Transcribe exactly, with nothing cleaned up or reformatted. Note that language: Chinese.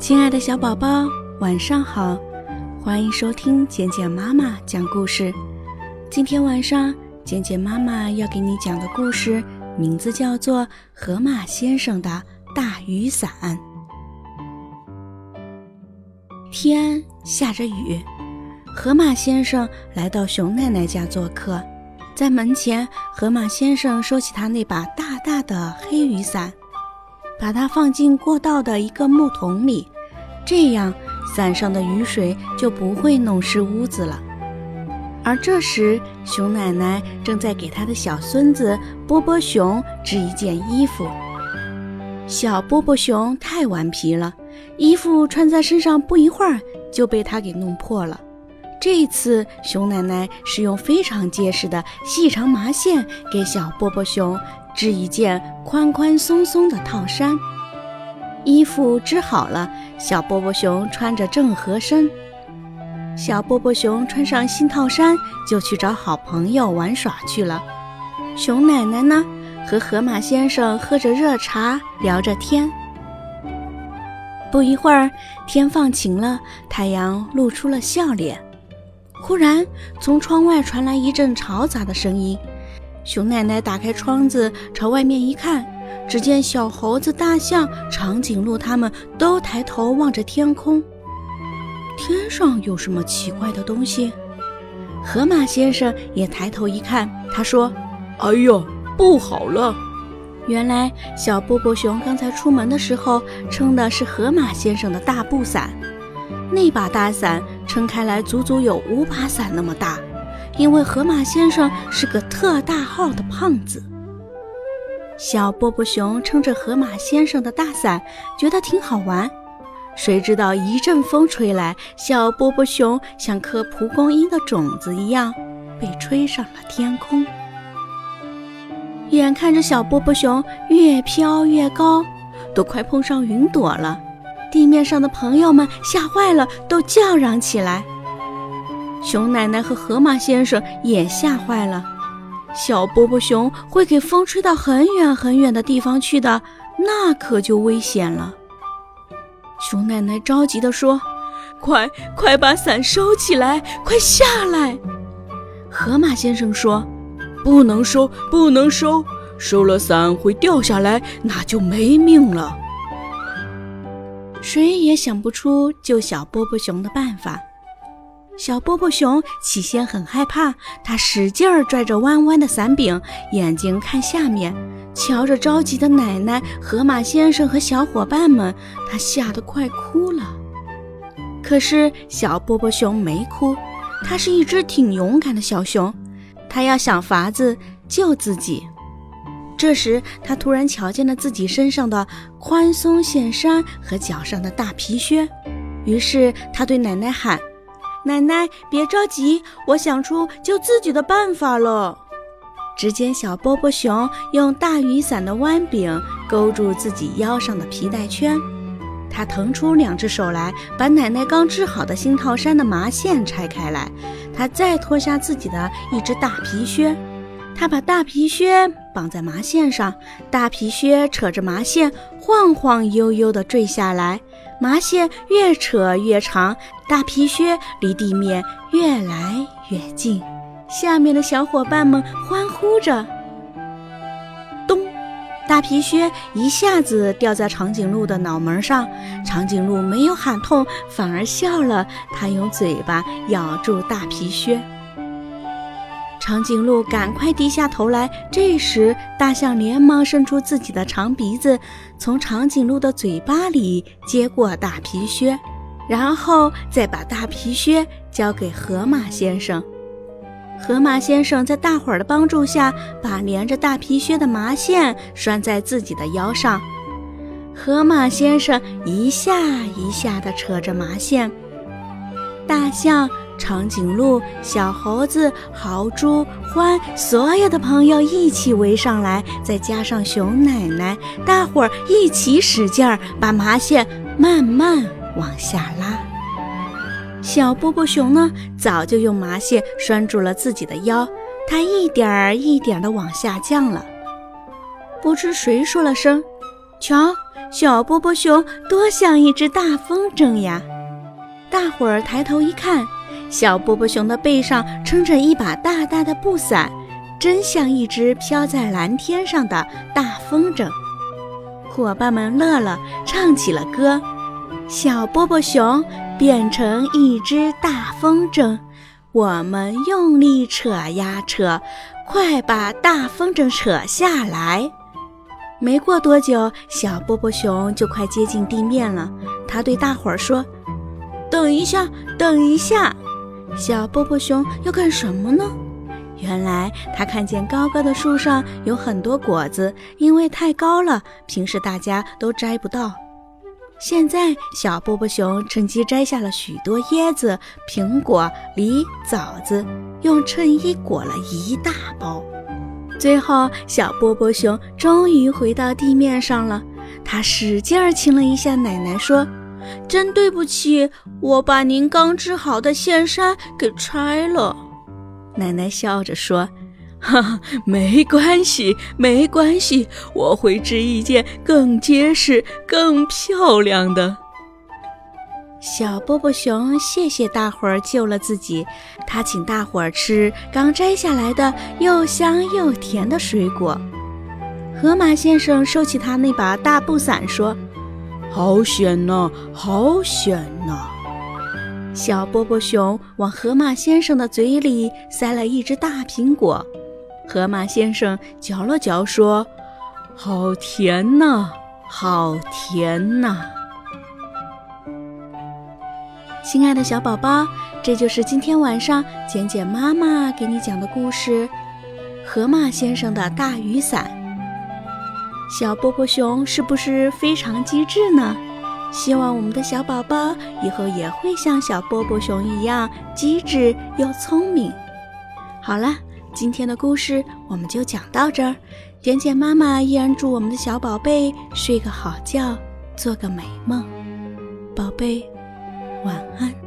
亲爱的小宝宝，晚上好，欢迎收听简简妈妈讲故事。今天晚上简简妈妈要给你讲的故事名字叫做《河马先生的大雨伞》。天下着雨，河马先生来到熊奶奶家做客。在门前，河马先生收起他那把大大的黑雨伞，把它放进过道的一个木桶里，这样伞上的雨水就不会弄湿屋子了。而这时，熊奶奶正在给她的小孙子波波熊织一件衣服。小波波熊太顽皮了，衣服穿在身上不一会儿就被他给弄破了。这一次，熊奶奶是用非常结实的细长麻线给小波波熊织一件宽宽松松的套衫。衣服织好了，小波波熊穿着正合身。小波波熊穿上新套衫，就去找好朋友玩耍去了。熊奶奶呢，和河马先生喝着热茶，聊着天。不一会儿，天放晴了，太阳露出了笑脸。忽然，从窗外传来一阵嘈杂的声音。熊奶奶打开窗子，朝外面一看，只见小猴子、大象、长颈鹿他们都抬头望着天空。天上有什么奇怪的东西？河马先生也抬头一看，他说：“ 哎呀，不好了！” 原来小波波熊刚才出门的时候撑的是河马先生的大布伞，那把大伞撑开来足足有五把伞那么大，因为河马先生是个特大号的胖子。小波波熊撑着河马先生的大伞，觉得挺好玩。谁知道一阵风吹来，小波波熊像颗蒲公英的种子一样被吹上了天空。眼看着小波波熊越飘越高，都快碰上云朵了，地面上的朋友们吓坏了，都叫嚷起来。熊奶奶和河马先生也吓坏了，小波波熊会给风吹到很远很远的地方去的，那可就危险了。熊奶奶着急地说：“快快把伞收起来，快下来！”河马先生说：“ 不能收，不能收，收了伞会掉下来，那就没命了。” 谁也想不出救小波波熊的办法。小波波熊起先很害怕，他使劲儿拽着弯弯的伞柄，眼睛看下面，瞧着着急的奶奶、河马先生和小伙伴们，他吓得快哭了。可是小波波熊没哭，他是一只挺勇敢的小熊，他要想法子救自己。这时他突然瞧见了自己身上的宽松线衫和脚上的大皮靴，于是他对奶奶喊：“奶奶，别着急，我想出救自己的办法了。”只见小波波熊用大雨伞的弯柄勾住自己腰上的皮带圈，他腾出两只手来，把奶奶刚织好的新套衫的麻线拆开来，他再脱下自己的一只大皮靴，他把大皮靴绑在麻线上，大皮靴扯着麻线晃晃悠悠地坠下来，麻线越扯越长，大皮靴离地面越来越近。下面的小伙伴们欢呼着。咚！大皮靴一下子掉在长颈鹿的脑门上，长颈鹿没有喊痛，反而笑了，它用嘴巴咬住大皮靴。长颈鹿赶快低下头来，这时大象连忙伸出自己的长鼻子，从长颈鹿的嘴巴里接过大皮靴，然后再把大皮靴交给河马先生。河马先生在大伙儿的帮助下，把连着大皮靴的麻线拴在自己的腰上。河马先生一下一下地扯着麻线，大象、长颈鹿、小猴子、豪猪、獾，所有的朋友一起围上来，再加上熊奶奶，大伙儿一起使劲儿，把麻线慢慢往下拉。小波波熊呢，早就用麻线拴住了自己的腰，它一点儿一点地往下降了。不知谁说了声：“瞧， 小波波熊多像一只大风筝呀！大伙儿抬头一看，小波波熊的背上撑着一把大大的布伞，真像一只飘在蓝天上的大风筝。伙伴们乐了，唱起了歌：小波波熊变成一只大风筝，我们用力扯呀扯，快把大风筝扯下来。没过多久，小波波熊就快接近地面了。他对大伙儿说：等一下，等一下！小波波熊要干什么呢？原来他看见高高的树上有很多果子，因为太高了，平时大家都摘不到。现在小波波熊趁机摘下了许多椰子、苹果、梨、枣子，用衬衣裹了一大包。最后小波波熊终于回到地面上了，他使劲儿亲了一下奶奶，说：真对不起，我把您刚织好的线衫给拆了。奶奶笑着说： 哈哈，没关系，没关系，我会织一件更结实、更漂亮的。 小波波熊谢谢大伙儿救了自己，他请大伙儿吃刚摘下来的又香又甜的水果。河马先生收起他那把大布伞，说： 好险呐，好险呐！ 小波波熊往河马先生的嘴里塞了一只大苹果，河马先生嚼了嚼，说： 好甜呐，好甜呐！ 亲爱的小宝宝，这就是今天晚上简简妈妈给你讲的故事《河马先生的大雨伞》。小波波熊是不是非常机智呢？希望我们的小宝宝以后也会像小波波熊一样机智又聪明。好了，今天的故事我们就讲到这儿。简简妈妈依然祝我们的小宝贝睡个好觉，做个美梦。宝贝，晚安。